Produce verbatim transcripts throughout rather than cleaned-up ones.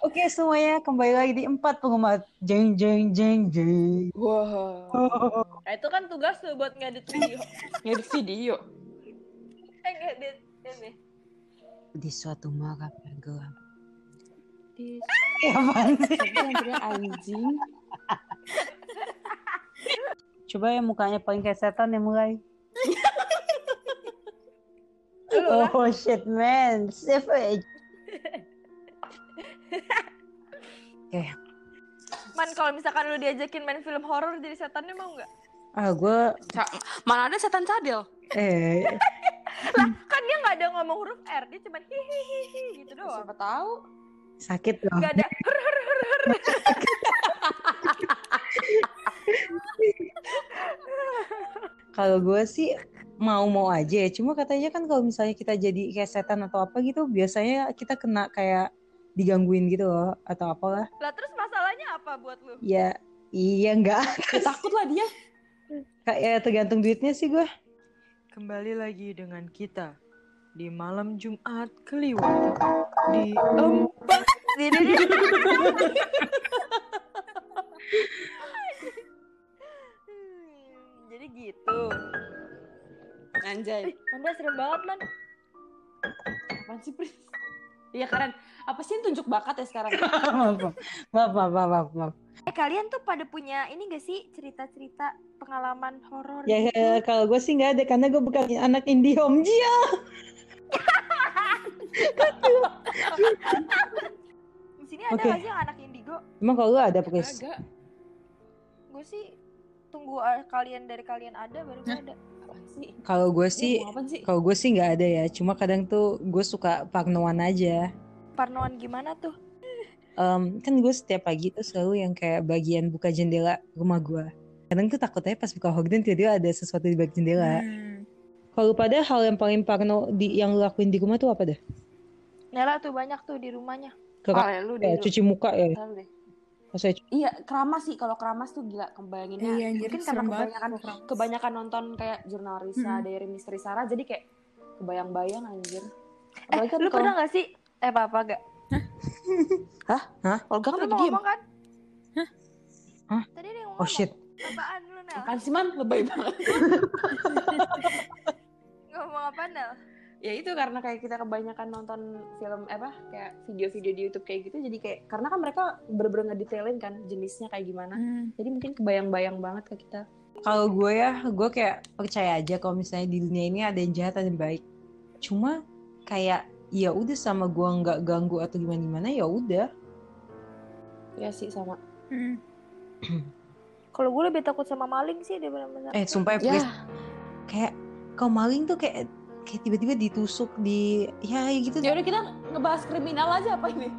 Oke semuanya kembali lagi di empat pengumat jeng jeng jeng jeng. Wah, Oh. nah, itu kan tugas tuh buat ngedit video. Ngedit video. Eh ngedit ini. Di suatu malam yang gelap. Di Ya apaan sih? siapa yang teriak anjing? Coba yang mukanya paling kayak setan yang mulai. Lu lah. Oh shit man, savage. Oke. Man, kalau misalkan lu diajakin main film horor jadi setannya mau nggak? Ah gue Sa- Mana ada setan cadel? eh Lah, kan dia nggak ada ngomong huruf R, dia cuma hihihi gitu doang. Siapa tahu? sakit loh. Nggak ada her her her her. Kalau gue sih mau-mau aja ya. Cuma katanya kan kalau misalnya kita jadi kayak setan atau apa gitu, biasanya kita kena kayak digangguin gitu loh atau apalah. Lah terus masalahnya apa buat lu? Ya iya enggak. Ya, takut lah dia. Kayak tergantung duitnya sih gue. Kembali lagi dengan kita di malam Jumat Kliwon di empat. Ini nih. Jadi gitu. Anjay. Manda serem banget, Man. Apaan sih, Pris? Iya, Karen. Apa sih yang tunjuk bakat ya sekarang? maaf, maaf, maaf, maaf, maaf, maaf. Eh, kalian tuh pada punya ini gak sih cerita-cerita pengalaman horor Ya gitu? eh, kalau gue sih nggak ada karena gue bukan anak indie home Jia. Di sini ada Oke. gak sih yang anak indigo? Emang kalau lu ada Pris? Agak. Gue sih tunggu uh, kalian dari kalian ada baru gue ada. Apaan sih? Kalau gue Ini sih, mau apaan sih? kalau gue sih nggak ada ya. Cuma kadang tuh gue suka parnoan aja. Parnoan gimana tuh? Em, kan gue setiap pagi tuh selalu yang kayak bagian buka jendela rumah gue. Kadang tuh takutnya pas buka horden tiba-tiba ada sesuatu di balik jendela. Hmm. Kalau pada hal yang paling parno di yang lu lakuin di rumah tuh apa dah? Nela tuh banyak tuh di rumahnya. Ke Oh, ya, lu ya, deh. cuci muka ya. Tahu deh. Pas saya cu- Iya, keramas sih. Kalau keramas tuh gila kebayanginnya. Iya, anjir, Mungkin karena serem banget kebanyakan kalau keramas. kebanyakan nonton kayak jurnal Risa, Hmm. Diary Misteri Sarah, jadi kayak kebayang-bayang anjir. Apalagi kan Lu kalau- pernah gak sih? Eh apa-apa gak? Hah? Hah? Olga kan Lu lagi mau diem. ngomong kan? Hah? Tadi dia ngomong. Oh shit. Apaan lu, Nel? Apaan sih, Man? Lebay banget. Ngomong apa, Nel? Ya itu karena kayak kita kebanyakan nonton film apa kayak video-video di YouTube kayak gitu, jadi kayak karena kan mereka bener-bener ngedetailin kan jenisnya kayak gimana, Hmm. jadi mungkin kebayang-bayang banget ke kita. Kalau gue ya, gue kayak percaya aja kalau misalnya di dunia ini ada yang jahat ada yang baik. Cuma kayak ya udah sama gue nggak ganggu atau gimana gimana ya udah. Ya sih sama. Hmm. Kalau gue lebih takut sama maling sih daripada Eh sumpah ya, Ya. please. Kayak kalau maling tuh kayak kayak tiba-tiba ditusuk di ya gitu. Ya udah kita ngebahas kriminal aja apa ini?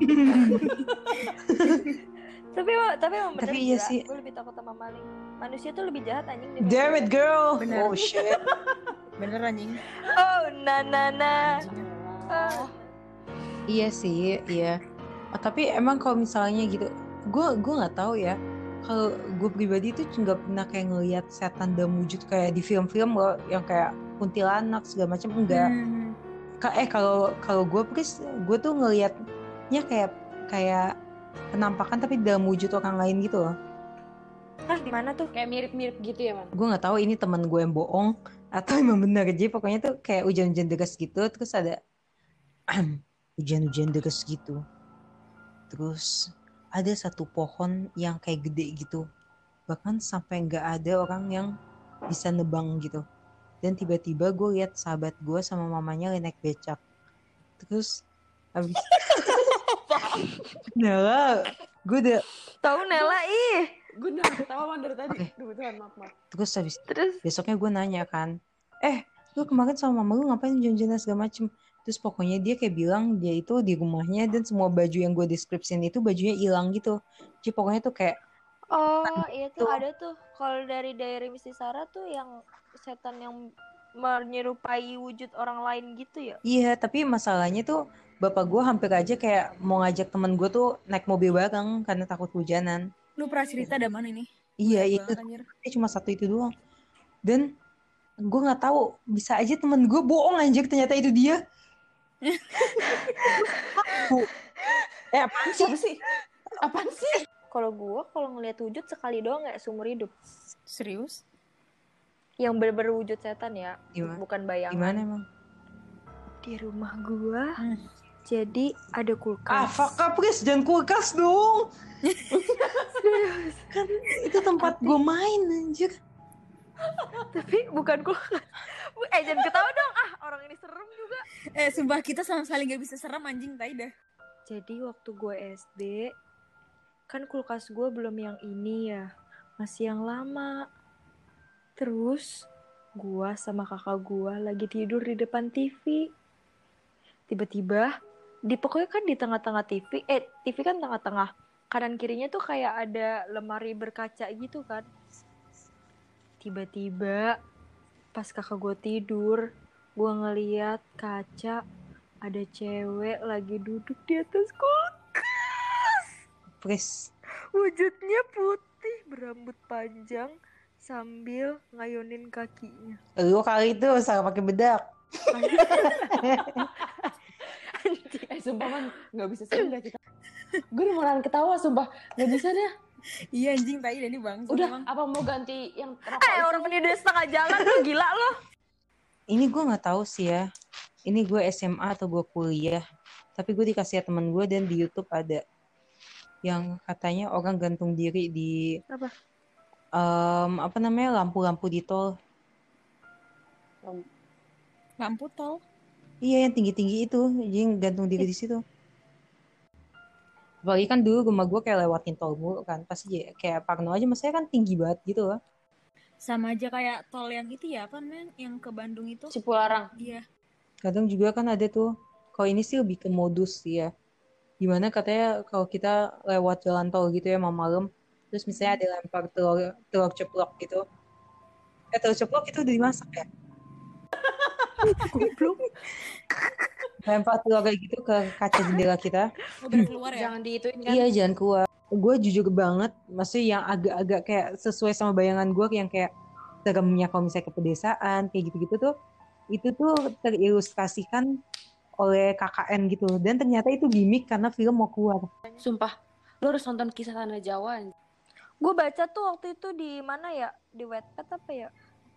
Tapi tapi emang bener Tapi iya gila, sih. gue lebih takut sama maling. Manusia tuh lebih jahat anjing daripada- Damn it girl. Bener. Oh shit. Bener anjing. Oh na na na. Ah. Iya sih, iya. Ah, tapi emang kalau misalnya gitu, gue gue nggak tahu ya. Kalau gue pribadi tuh nggak pernah kayak ngelihat setan dalam wujud kayak di film-film loh, yang kayak kuntilanak segala macam enggak. Hmm. Ka- eh kalau kalau gue Pris, gue tuh ngelihatnya kayak kayak penampakan tapi dalam wujud orang lain gitu loh. Hah, di mana tuh? Kayak mirip-mirip gitu ya, Man. Gue nggak tahu ini teman gue yang bohong atau emang benar aja. Pokoknya tuh kayak hujan-hujan deras gitu, terus ada hujan-hujan deras gitu. Terus ada satu pohon yang kayak gede gitu, bahkan sampai nggak ada orang yang bisa nebang gitu. Dan tiba-tiba gue lihat sahabat gue sama mamanya lagi naik becak. Terus habis Nela, gue udah Tahu Nela ih. Gue udah ketawa Man dari tadi. Oke. Duh, Tuhan, maaf, maaf. terus habis Terus besoknya gue nanya kan, eh lu kemarin sama mama lu ngapain jalan-jalan segala macem. Terus pokoknya dia kayak bilang dia itu di rumahnya dan semua baju yang gue deskripsiin itu bajunya hilang gitu. Jadi pokoknya tuh kayak oh, iya tuh Tuh. ada tuh. Kalau dari Diary Misteri Sarah tuh yang setan yang menyerupai wujud orang lain gitu ya. iya, tapi masalahnya tuh bapak gue hampir aja kayak mau ngajak temen gue tuh naik mobil bareng karena takut hujanan. Lu pernah cerita ada mana ini? Iya Banyak itu banget, anjir. tapi cuma satu itu doang. Dan gue nggak tahu bisa aja temen gue bohong anjir ternyata itu dia. Eh apaan sih? Siapa sih? Apaan sih? Kalau gue kalau ngeliat wujud sekali doang ya seumur hidup. Serius? Yang bener-bener wujud setan ya, Gimana? bukan bayangan. Gimana emang? Di rumah gue, Hmm. jadi ada kulkas. Ah fuck up guys, jangan kulkas dong. Kan itu tempat gue main anjir. Tapi bukan kulkas. Eh jangan ketawa dong, ah orang ini serem juga. Eh, sumpah kita sama sekali gak bisa serem anjing tai dah. Jadi waktu gue S D, kan kulkas gue belum yang ini ya, masih yang lama. Terus gue sama kakak gue lagi tidur di depan T V. Tiba-tiba, di pokoknya kan di tengah-tengah T V, eh T V kan tengah-tengah. Kanan kirinya tuh kayak ada lemari berkaca gitu kan. Tiba-tiba, pas kakak gue tidur, gue ngeliat kaca, ada cewek lagi duduk di atas kulkas. Please. Wujudnya putih, berambut panjang, sambil ngayonin kakinya. Lu kali itu salah pakai bedak. Eh sumpah man, gak bisa serem gak kita. Gue udah mau nahan ketawa sumpah. Gak bisa deh. Iya anjing tai dah nih bang. Udah, Emang. apa mau ganti yang rokok Eh itu? orang ini udah setengah jalan lu gila lo. Ini gue nggak tahu sih ya. Ini gue S M A atau gue kuliah. Tapi gue dikasih teman gue dan di YouTube ada yang katanya orang gantung diri di Apa? em, apa namanya lampu-lampu di tol. Lampu tol. Iya yang tinggi-tinggi itu, yang gantung diri di situ. Apalagi kan dulu rumah gue kayak lewatin tol mulu kan, pasti ya, kayak parno aja, maksudnya kan tinggi banget gitu loh. Sama aja kayak tol yang itu ya apa men, yang ke Bandung itu. Cipularang. Iya. Kadang juga kan ada tuh, kalau ini sih lebih ke modus sih ya. Gimana katanya kalau kita lewat jalan tol gitu ya malam-malam, terus misalnya ada lempar telur, telur ceplok gitu. Eh telur ceplok itu udah dimasak ya? Lempar telur kayak gitu ke kaca jendela kita. Oh, udah keluar ya. Jangan diituin kan? Iya jangan keluar. Gue jujur banget, maksudnya yang agak-agak kayak sesuai sama bayangan gue yang kayak seremnya kalau misalnya ke pedesaan kayak gitu-gitu tuh, itu tuh terilustrasikan oleh K K N gitu. Dan ternyata itu gimmick karena film mau keluar. Sumpah, lu harus nonton Kisah Tanah Jawa. Gue baca tuh waktu itu di mana ya? Di Wattpad apa ya?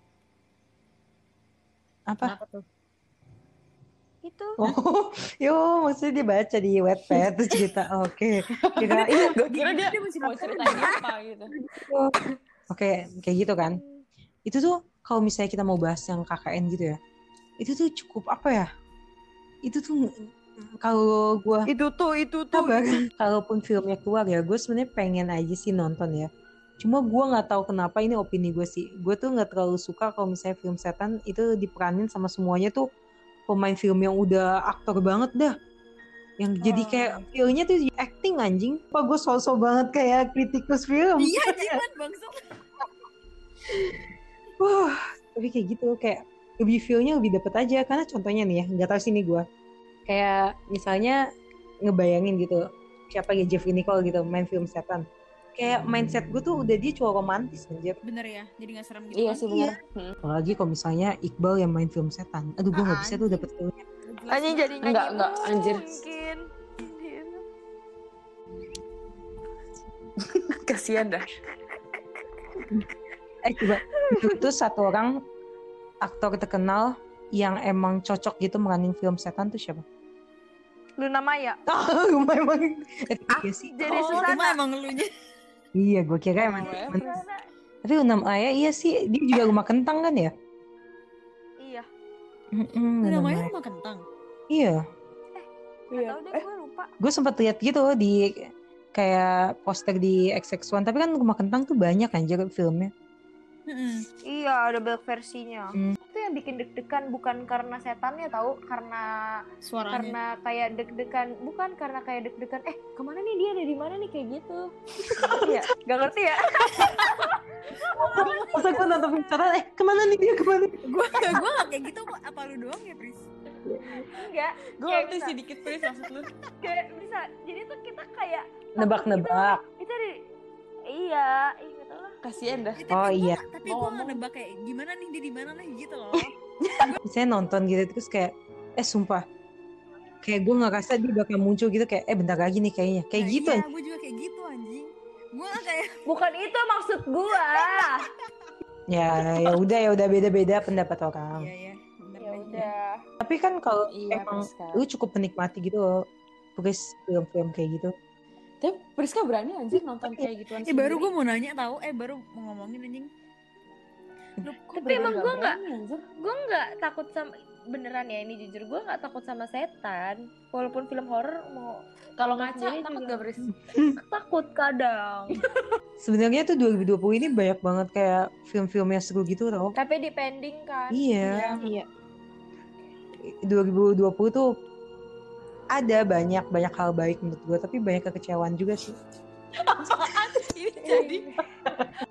Apa? Kenapa tuh? Itu. Oh, yo maksudnya dia baca di Wattpad terus cerita. Oke, kira iya. Gue kira dia Dia masih mau pacaran. ceritain apa gitu. Oke, kayak gitu kan. Itu tuh kalau misalnya kita mau bahas yang K K N gitu ya, itu tuh cukup apa ya? Itu tuh kalau gue Itu tuh, itu tuh. sabar, kalaupun filmnya keluar ya, gue sebenarnya pengen aja sih nonton ya. Cuma gue nggak tahu kenapa, ini opini gue sih. Gue tuh nggak terlalu suka kalau misalnya film setan itu diperanin sama semuanya tuh pemain film yang udah aktor banget dah. Yang jadi kayak filmnya tuh acting anjing. Apa gue sosok banget kayak kritikus film. Iya anjing kan bangsa. Wah, tapi kayak gitu kayak lebih feel-nya lebih dapet aja. Karena contohnya nih ya, nggak tahu sini gue. Kayak misalnya ngebayangin gitu, siapa ya Jeffrey Nicole gitu main film setan. Kayak mindset gue tuh udah dia cowok romantis anjir. Bener ya, jadi gak serem gitu Iya kan. sih bener. Hmm. Apalagi kalau misalnya Iqbal yang main film setan. Aduh gue Ah, gak bisa tuh dapet filmnya. Jelas Anjing banget. jadi nyanyi. Enggak, enggak, anjir. Mungkin. Kasian dah. Eh coba, itu tuh satu orang aktor terkenal yang emang cocok gitu meranin film setan tuh siapa? Luna Maya. Ah, emang eh, iya sih. Jadi Oh, cuma Susana. emang elunya. Iya, gue kira emang. Tapi Luna Maya iya sih, dia juga rumah kentang kan ya? Iya. Mm-mm, Luna Namanya Maya. rumah kentang. Iya, Gak tau deh gue lupa. gue sempat lihat gitu di kayak poster di X X one, tapi kan rumah kentang tuh banyak anjir filmnya. Mm-mm. Iya, ada banyak versinya. Hmm. Itu yang bikin deg-degan bukan karena setannya tahu, karena Suaranya. karena kayak deg-degan, bukan karena kayak deg-degan. Eh, kemana nih dia ada di mana nih kayak gitu? Gak ngerti ya? Gak ngerti ya? Masa gue nonton film setan, eh kemana nih dia kemana? Gue gue gak kayak gitu kok. Apa lu doang ya Pris? Enggak. Gue Kayak ngerti bisa- sih dikit Pris maksud lu. Kayak bisa. Jadi tuh kita kayak Nebak-nebak. itu di iya, iya nggak tahu lah. Kasian dah. Ya, tapi Oh, gua, iya. Tapi gue Ngomong. gak nebak kayak gimana nih dia di mana nih gitu loh. Misalnya nonton gitu terus kayak, eh sumpah, kayak gue ngerasa dia bakal muncul gitu kayak eh bentar lagi nih kayaknya kayak Nah, gitu. iya, anjing. gue juga kayak gitu anjing. Gue kayak Bukan itu maksud gua. Ya ya udah ya udah beda-beda pendapat orang. iya ya, bener Ya deh. udah. Tapi kan kalau Iya, emang Priska. lu cukup menikmati gitu loh, Pris, film-film kayak gitu. Tapi Priska berani anjir nonton kayak gituan Eh baru sendiri. gue mau nanya tahu, eh baru mau ngomongin anjing. Kok Tapi bener-bener emang gua nggak- berani, anjir? Gue nggak takut sama beneran ya ini jujur gue nggak takut sama setan. Walaupun film horor mau Kalau Gua ngaca sendiri takut juga. gak Pris? takut kadang. Sebenarnya tuh dua ribu dua puluh ini banyak banget kayak film-film yang seru gitu loh. Tapi depending kan. Iya, Iya. dua ribu dua puluh tuh ada banyak banyak hal baik menurut gue, tapi banyak kekecewaan juga sih. Ini jadi